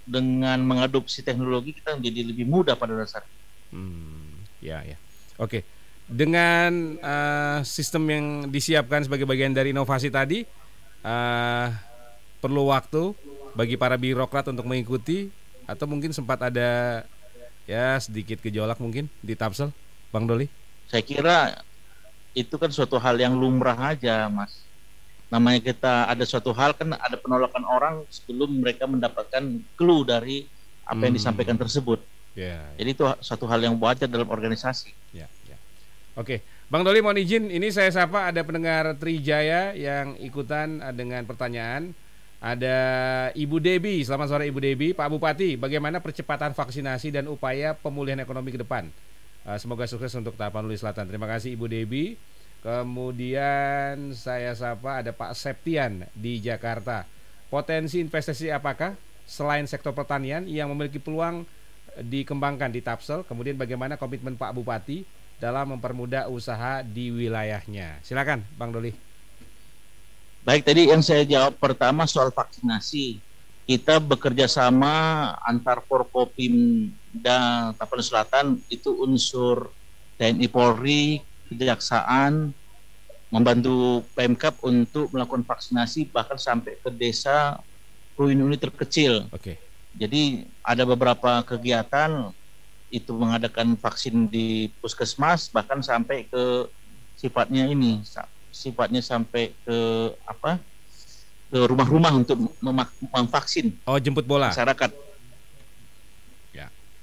dengan mengadopsi teknologi kita menjadi lebih mudah pada dasarnya. Hmm, ya ya. Oke. Dengan uh, sistem yang disiapkan sebagai bagian dari inovasi tadi, uh, perlu waktu bagi para birokrat untuk mengikuti, atau mungkin sempat ada ya sedikit gejolak mungkin di Tapsel, Bang Doli? Saya kira itu kan suatu hal yang lumrah aja, Mas. Namanya kita ada suatu hal kan ada penolakan orang sebelum mereka mendapatkan clue dari apa yang Hmm. disampaikan tersebut. Ya. Jadi itu suatu hal yang wajar dalam organisasi. Ya, ya. Oke, Bang Doli mohon izin, ini saya sapa ada pendengar Trijaya yang ikutan uh, dengan pertanyaan. Ada Ibu Debi, selamat sore Ibu Debi. Pak Bupati, bagaimana percepatan vaksinasi dan upaya pemulihan ekonomi ke depan? Uh, semoga sukses untuk Tapanuli Selatan. Terima kasih Ibu Debi. Kemudian saya sapa ada Pak Septian di Jakarta. Potensi investasi apakah selain sektor pertanian yang memiliki peluang dikembangkan di Tapsel? Kemudian bagaimana komitmen Pak Bupati dalam mempermudah usaha di wilayahnya? Silakan Bang Doli. Baik, tadi yang saya jawab pertama soal vaksinasi. Kita bekerja sama antar Forkopim dan Tapanuli Selatan, itu unsur T N I Polri, Kejaksaan, membantu Pemkab untuk melakukan vaksinasi bahkan sampai ke desa ruin-ruin terkecil. Oke. Jadi ada beberapa kegiatan itu mengadakan vaksin di puskesmas bahkan sampai ke sifatnya ini sifatnya sampai ke apa ke rumah-rumah untuk memak- memvaksin Oh, jemput bola. masyarakat. Ya.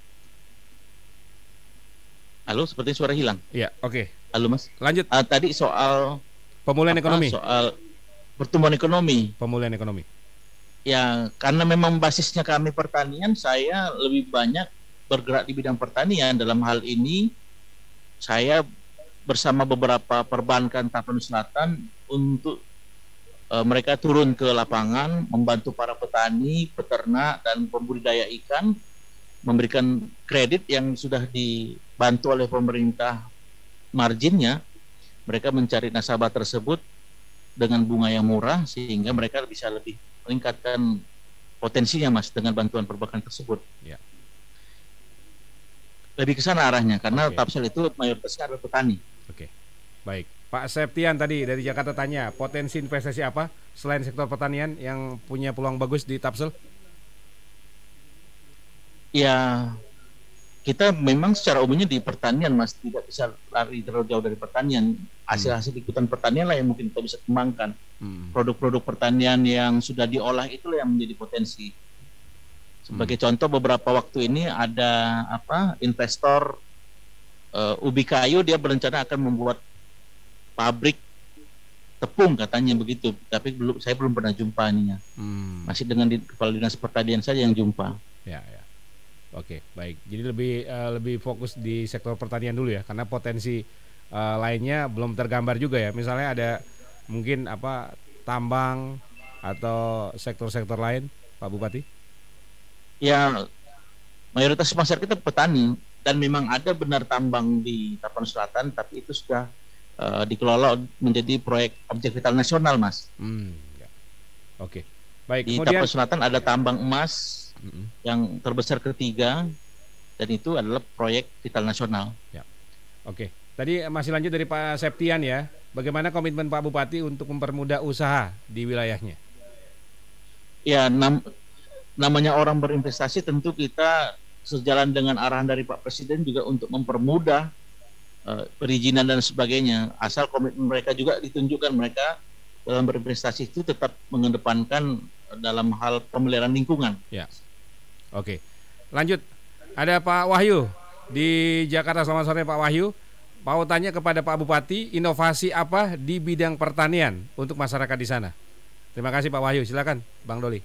Halo, seperti suara hilang. Iya, oke. Halo Mas. Lanjut. Ah, tadi soal Pemulihan apa, ekonomi. soal pertumbuhan ekonomi. Pemulihan ekonomi. Ya, karena memang basisnya kami pertanian, saya lebih banyak bergerak di bidang pertanian. Dalam hal ini, saya bersama beberapa perbankan Tapanuli Selatan untuk e, mereka turun ke lapangan, membantu para petani, peternak, dan pembudidaya ikan, memberikan kredit yang sudah dibantu oleh pemerintah marginnya. Mereka mencari nasabah tersebut dengan bunga yang murah, sehingga mereka bisa lebih meningkatkan potensinya, Mas, dengan bantuan perbankan tersebut. Ya. Lebih ke sana arahnya, karena Oke. Tapsel itu mayoritasnya adalah petani. Oke. Baik. Pak Septian tadi dari Jakarta tanya, potensi investasi apa selain sektor pertanian yang punya peluang bagus di Tapsel? Ya, kita memang secara umumnya di pertanian, Mas, tidak bisa lari terlalu jauh dari pertanian. Hasil-hasil ikutan pertanian lah yang mungkin kita bisa kembangkan. Hmm. Produk-produk pertanian yang sudah diolah itulah yang menjadi potensi. Sebagai contoh, beberapa waktu ini ada apa investor uh, ubi kayu, dia berencana akan membuat pabrik tepung katanya begitu, tapi belum saya belum pernah jumpa ininya. Hmm. Masih dengan di, kepala dinas pertanian saja yang jumpa. Ya, ya. Oke, baik. Jadi lebih uh, lebih fokus di sektor pertanian dulu ya, karena potensi uh, lainnya belum tergambar juga ya. Misalnya ada mungkin apa tambang atau sektor-sektor lain, Pak Bupati? Ya, mayoritas masyarakat kita petani dan memang ada benar tambang di Tapanuli Selatan, tapi itu sudah uh, dikelola menjadi proyek objek vital nasional, Mas. Hmm. Ya. Oke, baik. Di Kemudian, Tapanuli Selatan ada tambang emas Mm-mm. yang terbesar ketiga, dan itu adalah proyek vital nasional. Oke, tadi masih lanjut dari Pak Septian ya. Bagaimana komitmen Pak Bupati untuk mempermudah usaha di wilayahnya? Ya, nam, namanya orang berinvestasi, tentu kita sejalan dengan arahan dari Pak Presiden juga untuk mempermudah uh, perizinan dan sebagainya. Asal komitmen mereka juga ditunjukkan, mereka dalam berinvestasi itu tetap mengedepankan dalam hal pemeliharaan lingkungan. Ya. Oke. Lanjut. Ada Pak Wahyu di Jakarta. Selamat sore Pak Wahyu. Mau tanya kepada Pak Bupati, inovasi apa di bidang pertanian untuk masyarakat di sana? Terima kasih Pak Wahyu. Silakan Bang Doli.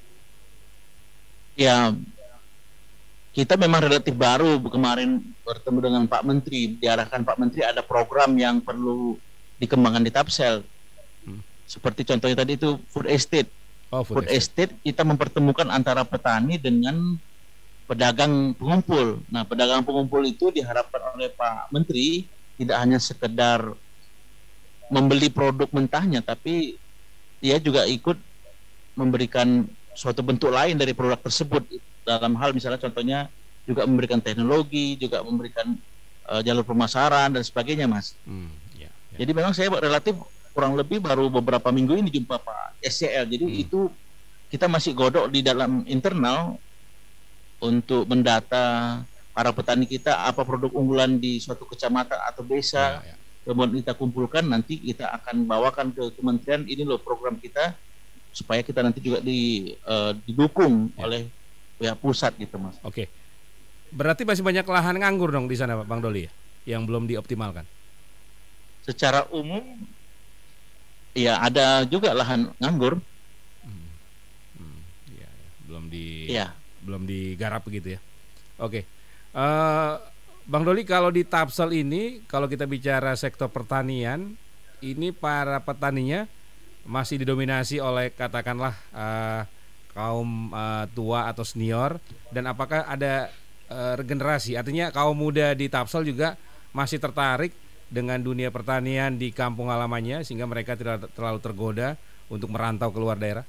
Ya, kita memang relatif baru kemarin bertemu dengan Pak Menteri. Diarahkan Pak Menteri ada program yang perlu dikembangkan di Tapsel. Hmm. Seperti contohnya tadi itu food estate. Oh, Food estate kita mempertemukan antara petani dengan pedagang pengumpul. Nah, pedagang pengumpul itu diharapkan oleh Pak Menteri tidak hanya sekedar membeli produk mentahnya, tapi dia juga ikut memberikan suatu bentuk lain dari produk tersebut dalam hal misalnya contohnya juga memberikan teknologi, juga memberikan uh, jalur pemasaran dan sebagainya, Mas. Hmm, ya, ya. Jadi memang saya relatif kurang lebih baru beberapa minggu ini jumpa Pak S C L. Jadi hmm. itu kita masih godok di dalam internal untuk mendata para petani kita apa produk unggulan di suatu kecamatan atau desa. Ya, ya. Kemudian kita kumpulkan, nanti kita akan bawakan ke kementerian, ini loh program kita, supaya kita nanti juga di, uh, didukung ya. oleh pihak pusat gitu, Mas. Oke. Berarti masih banyak lahan nganggur dong di sana, Pak Bang Doli, ya? Yang belum dioptimalkan. Secara umum ya ada juga lahan nganggur. Hmm. Hmm. Ya, ya. Belum di ya. belum digarap begitu ya. Oke. Uh, Bang Doli, kalau di Tapsel ini, kalau kita bicara sektor pertanian, ini para petaninya masih didominasi oleh katakanlah uh, kaum uh, tua atau senior, dan apakah ada uh, regenerasi? Artinya kaum muda di Tapsel juga masih tertarik dengan dunia pertanian di kampung halamannya sehingga mereka tidak terlalu tergoda untuk merantau keluar daerah?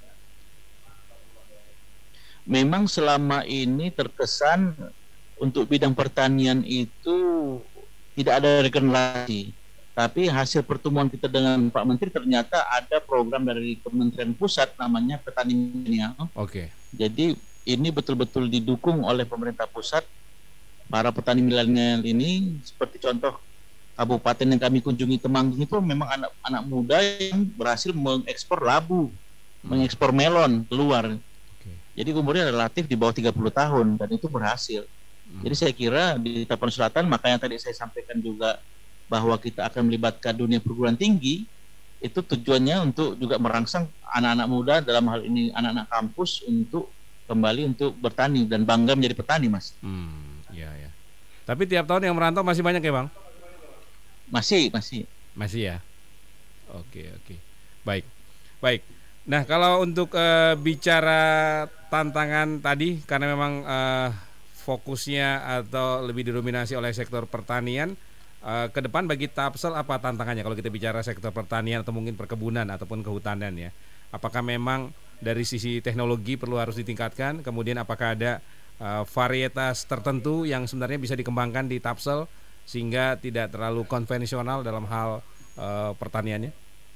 Memang selama ini terkesan untuk bidang pertanian itu tidak ada regenerasi. Tapi hasil pertemuan kita dengan Pak Menteri ternyata ada program dari Kementerian Pusat namanya Petani Milenial. Oke. Okay. Jadi ini betul-betul didukung oleh pemerintah pusat. Para petani milenial ini seperti contoh kabupaten yang kami kunjungi Temanggung itu memang anak-anak muda yang berhasil mengekspor labu, hmm. mengekspor melon keluar. Okay. Jadi umurnya relatif di bawah tiga puluh tahun dan itu berhasil. Jadi saya kira di Tapanuli Selatan, makanya tadi saya sampaikan juga bahwa kita akan melibatkan dunia perguruan tinggi, itu tujuannya untuk juga merangsang anak-anak muda, dalam hal ini anak-anak kampus, untuk kembali untuk bertani dan bangga menjadi petani, Mas. Hmm, ya ya. Tapi tiap tahun yang merantau masih banyak ya, Bang? Masih, masih. Masih ya. Oke, oke. Baik, baik. Nah, kalau untuk uh, bicara tantangan tadi, karena memang uh, fokusnya atau lebih didominasi oleh sektor pertanian, uh, ke depan bagi Tapsel apa tantangannya kalau kita bicara sektor pertanian atau mungkin perkebunan ataupun kehutanan ya? Apakah memang dari sisi teknologi perlu harus ditingkatkan? Kemudian apakah ada uh, varietas tertentu yang sebenarnya bisa dikembangkan di Tapsel sehingga tidak terlalu konvensional dalam hal uh, pertaniannya?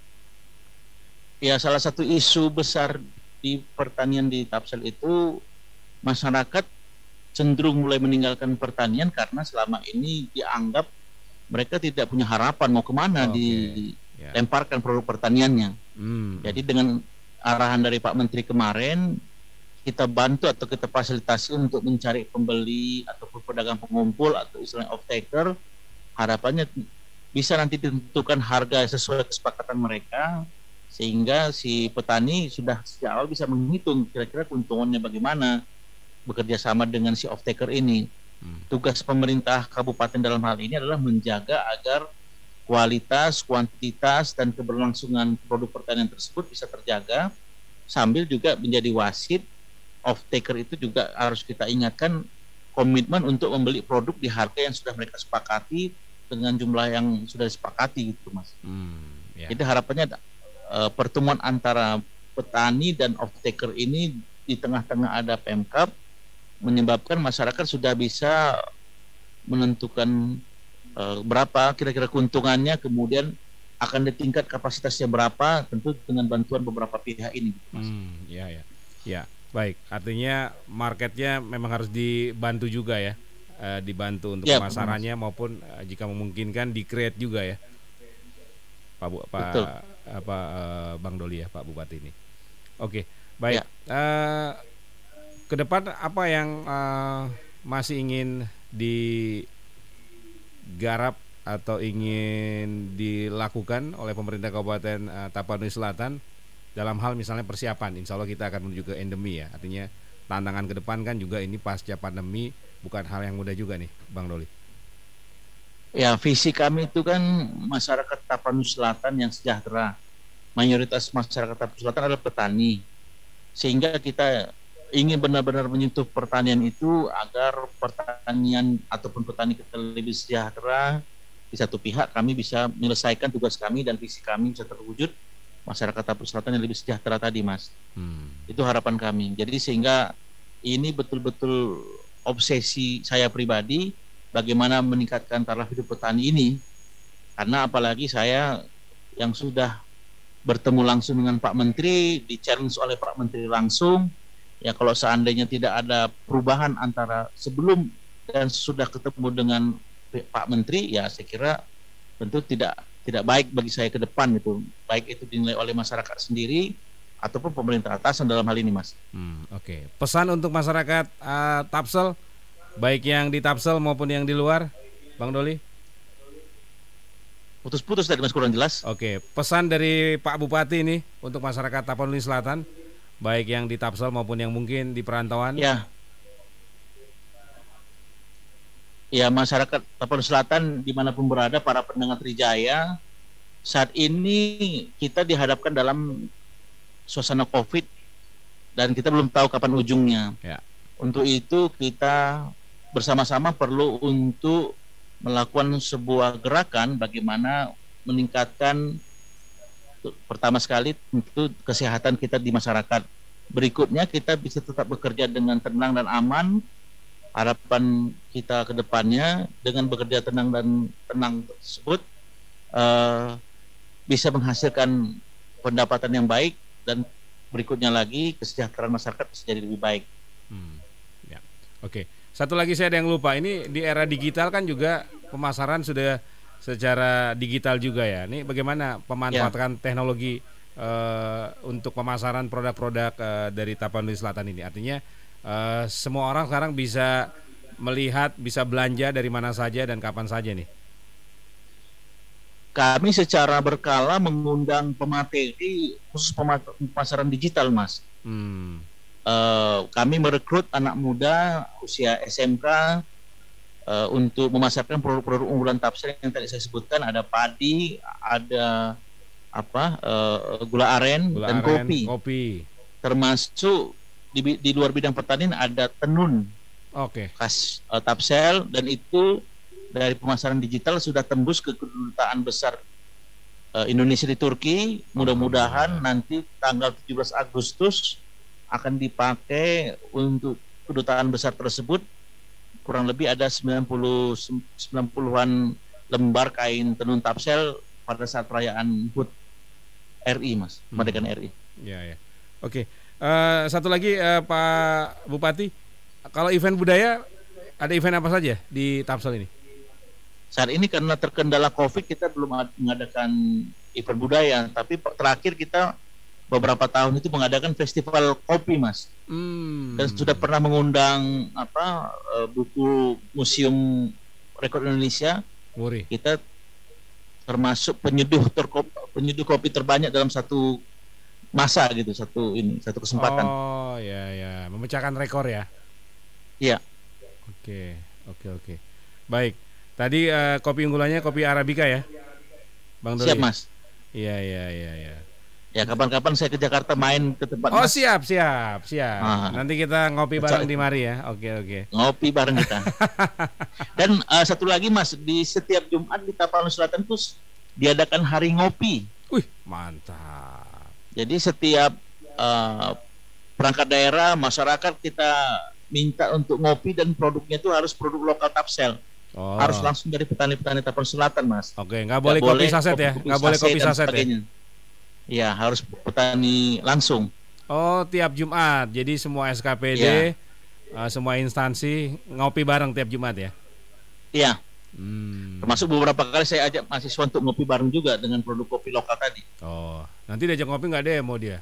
Ya, salah satu isu besar di pertanian di Tapsel itu masyarakat cenderung mulai meninggalkan pertanian karena selama ini dianggap mereka tidak punya harapan mau kemana, okay. dilemparkan yeah. produk pertaniannya. Mm. Jadi dengan arahan dari Pak Menteri kemarin, kita bantu atau kita fasilitasi untuk mencari pembeli ataupun pedagang pengumpul atau istilahnya off-taker. Harapannya bisa nanti ditentukan harga sesuai kesepakatan mereka, sehingga si petani sudah sejak awal bisa menghitung kira-kira keuntungannya bagaimana bekerja sama dengan si off-taker ini. Hmm. Tugas pemerintah kabupaten dalam hal ini adalah menjaga agar kualitas, kuantitas, dan keberlangsungan produk pertanian tersebut bisa terjaga, sambil juga menjadi wasit. Off-taker itu juga harus kita ingatkan komitmen untuk membeli produk di harga yang sudah mereka sepakati dengan jumlah yang sudah disepakati gitu, Mas. Hmm, yeah. Jadi harapannya uh, pertemuan antara petani dan off-taker ini di tengah-tengah ada Pemkab, menyebabkan masyarakat sudah bisa menentukan uh, berapa kira-kira keuntungannya, kemudian akan ditingkat kapasitasnya berapa, tentu dengan bantuan beberapa pihak ini. Hmm, ya, ya, ya, baik. Artinya marketnya memang harus dibantu juga ya, uh, dibantu untuk ya, pemasarannya benar. Maupun uh, jika memungkinkan di-create juga ya, Pak Bu, Pak apa uh, Bang Doli ya, Pak Bupati ini. Oke, baik. Ya. Uh, Ke depan apa yang uh, masih ingin digarap atau ingin dilakukan oleh pemerintah Kabupaten uh, Tapanuli Selatan dalam hal misalnya persiapan? Insya Allah kita akan menuju ke endemi ya. Artinya tantangan ke depan kan juga ini pasca pandemi bukan hal yang mudah juga nih, Bang Doli. Ya, visi kami itu kan masyarakat Tapanuli Selatan yang sejahtera. Mayoritas masyarakat Tapanuli Selatan adalah petani. Sehingga kita ingin benar-benar menyentuh pertanian itu agar pertanian ataupun petani kita lebih sejahtera. Di satu pihak kami bisa menyelesaikan tugas kami dan visi kami bisa terwujud, masyarakat Tapanuli Selatan yang lebih sejahtera tadi, Mas. Hmm. Itu harapan kami. Jadi sehingga ini betul-betul obsesi saya pribadi bagaimana meningkatkan taraf hidup petani ini. Karena apalagi saya yang sudah bertemu langsung dengan Pak Menteri, di-challenge oleh Pak Menteri langsung, ya kalau seandainya tidak ada perubahan antara sebelum dan sudah ketemu dengan Pak Menteri, ya saya kira tentu tidak tidak baik bagi saya ke depan itu, baik itu dinilai oleh masyarakat sendiri ataupun pemerintah atasan dalam hal ini, Mas. Hmm, Oke, okay. Pesan untuk masyarakat uh, Tapsel, baik yang di Tapsel maupun yang di luar, Bang Doli. Putus-putus tadi Mas, kurang jelas. Oke, okay. Pesan dari Pak Bupati ini untuk masyarakat Tapanuli Selatan, baik yang di Tapsel maupun yang mungkin di perantauan. Ya. Ya, masyarakat Tapanuli Selatan dimanapun berada, para pendengar Trijaya, saat ini kita dihadapkan dalam suasana COVID dan kita belum tahu kapan ujungnya. Ya. Untuk itu kita bersama-sama perlu untuk melakukan sebuah gerakan bagaimana meningkatkan pertama sekali tentu kesehatan kita di masyarakat. Berikutnya kita bisa tetap bekerja dengan tenang dan aman. Harapan kita ke depannya dengan bekerja tenang dan tenang tersebut uh, bisa menghasilkan pendapatan yang baik, dan berikutnya lagi kesejahteraan masyarakat bisa jadi lebih baik. Hmm, ya. Oke, satu lagi saya ada yang lupa. Ini di era digital kan juga pemasaran sudah secara digital juga ya. Ini bagaimana pemanfaatan ya. teknologi uh, untuk pemasaran produk-produk uh, dari Tapanuli Selatan ini? Artinya uh, semua orang sekarang bisa melihat, bisa belanja dari mana saja dan kapan saja nih. Kami secara berkala mengundang pemateri khusus pemasaran digital, Mas. Hmm. Uh, kami merekrut anak muda usia S M K uh, untuk memasarkan produk-produk unggulan Tapsel yang tadi saya sebutkan. Ada padi, ada apa uh, gula aren gula dan aren, kopi. kopi. Termasuk di, di luar bidang pertanian ada tenun. Oke. Okay. Khas uh, Tapsel, dan itu dari pemasaran digital sudah tembus ke kedutaan besar uh, Indonesia di Turki. Mudah-mudahan oh, nanti tanggal tujuh belas Agustus akan dipakai untuk kedutaan besar tersebut. Kurang lebih ada sembilan puluh sembilan puluhan lembar kain tenun Tapsel pada saat perayaan H U T R I, Mas, kemerdekaan hmm. R I. Ya, ya. Oke. Uh, satu lagi uh, Pak Bupati, kalau event budaya ada event apa saja di Tapsel ini? Saat ini karena terkendala COVID kita belum mengadakan event budaya, tapi terakhir kita beberapa tahun itu mengadakan festival kopi, Mas. Hmm. Dan sudah pernah mengundang apa buku Museum Rekor Indonesia. Muri. Kita termasuk penyeduh terkopi, penyeduh kopi terbanyak dalam satu masa gitu, satu ini, satu kesempatan. Oh, ya ya, memecahkan rekor ya. Iya. Oke, oke, oke. Baik. Tadi uh, kopi unggulannya kopi Arabica ya, Bang Doli? Siap, Mas. Iya, iya, iya, iya. Ya, kapan-kapan saya ke Jakarta main ke tempat. Oh, Mas. siap, siap, siap. Ah. Nanti kita ngopi bareng di mari ya. Oke, oke. Ngopi bareng kita. Dan uh, satu lagi, Mas, di setiap Jumat di Tapanuli Selatan itu diadakan hari ngopi. Wih, mantap. Jadi setiap uh, perangkat daerah, masyarakat kita minta untuk ngopi dan produknya itu harus produk lokal Tapsel. Oh. Harus langsung dari petani-petani Tapanuli Selatan, Mas. Oke, nggak boleh kopi saset ya, nggak boleh kopi saset ya. Iya, harus petani langsung. Oh, tiap Jumat. Jadi semua S K P D, ya. uh, semua instansi ngopi bareng tiap Jumat ya. Iya. Hmm. Termasuk beberapa kali saya ajak mahasiswa untuk ngopi bareng juga dengan produk kopi lokal tadi. Oh, nanti diajak ngopi nggak demo dia?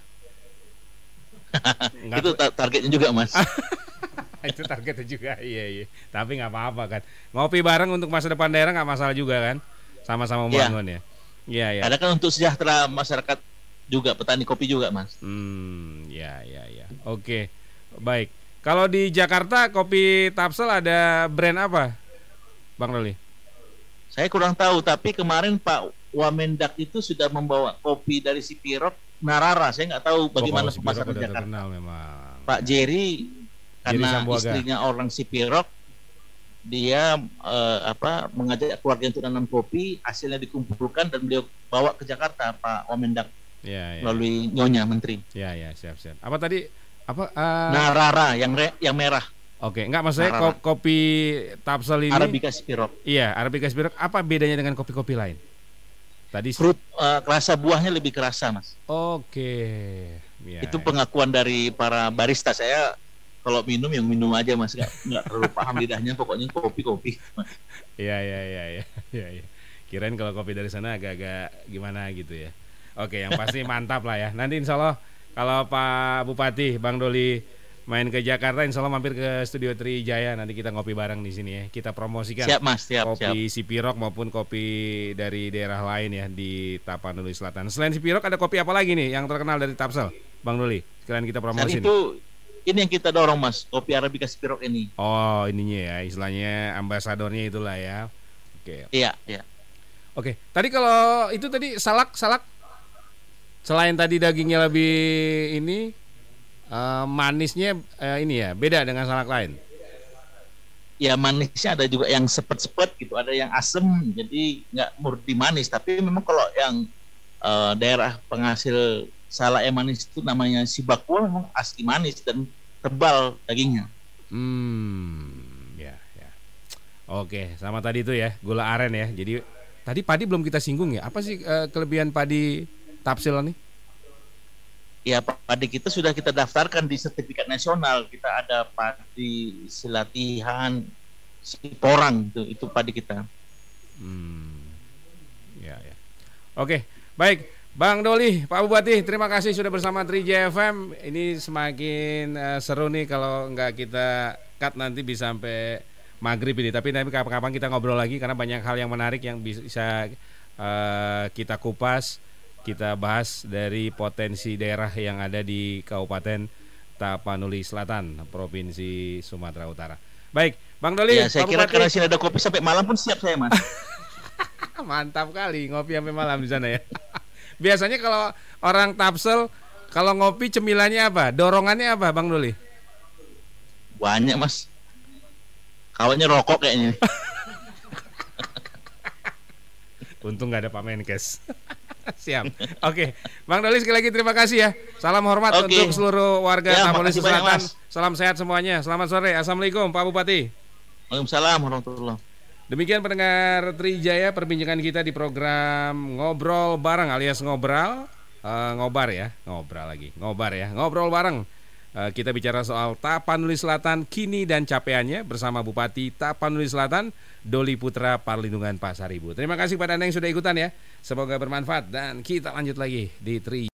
Itu targetnya juga, Mas. Itu targetnya juga, iya iya. Tapi nggak apa-apa kan. Ngopi bareng untuk masa depan daerah nggak masalah juga kan. Sama-sama membangun ya. Iya ya. Ada kan untuk sejahtera masyarakat juga, petani kopi juga, Mas. Hmm, ya ya ya. Oke, baik. Kalau di Jakarta kopi Tapsel ada brand apa, Bang Doli? Saya kurang tahu, tapi kemarin Pak Wamendak itu sudah membawa kopi dari Sipirot, Narara. Saya nggak tahu bagaimana oh, pemasaran di Jakarta. Memang. Pak Jerry. Karena istrinya orang Sipirok, dia eh, apa mengajak keluarga untuk nanam kopi, hasilnya dikumpulkan dan beliau bawa ke Jakarta, Pak Wamendak, ya, ya. Melalui Nyonya Menteri. Ya ya, siap siap. Apa tadi Apa? Uh, Narara yang re, yang merah. Oke, enggak maksudnya ko kopi Tapsel ini Arabica Spirok. Iya, Arabica Spirok. Apa bedanya dengan kopi-kopi lain? Tadi fruit uh, rasa buahnya lebih kerasa, Mas. Oke. Ya, itu ya. pengakuan dari para barista. Saya kalau minum yang minum aja, Mas, nggak nggak terlalu paham lidahnya, pokoknya kopi-kopi. Iya, iya, iya, iya, iya, ya. Kirain kalau kopi dari sana agak-agak gimana gitu ya. Oke, yang pasti mantap lah ya. Nanti insya Allah kalau Pak Bupati, Bang Doli main ke Jakarta, insya Allah mampir ke Studio Trijaya. Nanti kita ngopi bareng di sini ya. Kita promosikan siap, Mas, siap, kopi siap. Sipirok maupun kopi dari daerah lain ya di Tapanuli Selatan. Selain Sipirok ada kopi apa lagi nih yang terkenal dari Tapsel, Bang Doli? Sekalian kita promosin. Dan itu ini yang kita dorong, Mas, kopi Arabica Spirok ini. Oh, ininya ya, istilahnya ambasadornya itulah ya. Oke. Iya, iya. Oke. Tadi kalau itu tadi salak, salak selain tadi dagingnya lebih ini uh, manisnya uh, ini ya, beda dengan salak lain. Ya, manisnya ada juga yang sepet-sepet gitu, ada yang asem, jadi nggak murni manis. Tapi memang kalau yang uh, daerah penghasil salak yang manis itu namanya Sibakwa, memang asli manis dan tebal dagingnya. Hmm, ya, ya. Oke, sama tadi itu ya, gula aren ya. Jadi tadi padi belum kita singgung ya. Apa sih uh, kelebihan padi Tapsel nih? Ya, padi kita sudah kita daftarkan di sertifikat nasional. Kita ada padi Silatihan, Siporang, itu itu padi kita. Hmm, ya, ya. Oke, baik. Bang Doli, Pak Bupati, terima kasih sudah bersama Trijaya F M. Ini semakin uh, seru nih kalau nggak kita cut nanti bisa sampai maghrib ini. Tapi nanti kapan-kapan kita ngobrol lagi karena banyak hal yang menarik yang bisa uh, kita kupas, kita bahas dari potensi daerah yang ada di Kabupaten Tapanuli Selatan, Provinsi Sumatera Utara. Baik, Bang Doli, ya, saya Pak kira Bupati. karena sini ada kopi sampai malam pun siap saya, Mas. Mantap kali ngopi sampai malam di sana ya. Biasanya kalau orang Tapsel kalau ngopi cemilannya apa? Dorongannya apa, Bang Doli? Banyak, Mas. Kawannya rokok kayaknya. Untung nggak ada Pak Menkes. Siap. Oke, Bang Doli sekali lagi terima kasih ya. Salam hormat Oke. untuk seluruh warga Ya, Tapanuli makasih banyak, Selatan. Mas. Salam sehat semuanya. Selamat sore. Assalamualaikum, Pak Bupati. Waalaikumsalam warahmatullahi. Demikian pendengar Trijaya, perbincangan kita di program Ngobrol Bareng alias Ngobral, uh, Ngobar ya, Ngobral lagi, Ngobar ya, Ngobrol Bareng. Uh, kita bicara soal Tapanuli Selatan kini dan capaiannya bersama Bupati Tapanuli Selatan, Doli Putra Parlindungan Pasar Ibu. Terima kasih pada Anda yang sudah ikutan ya. Semoga bermanfaat dan kita lanjut lagi di Trijaya.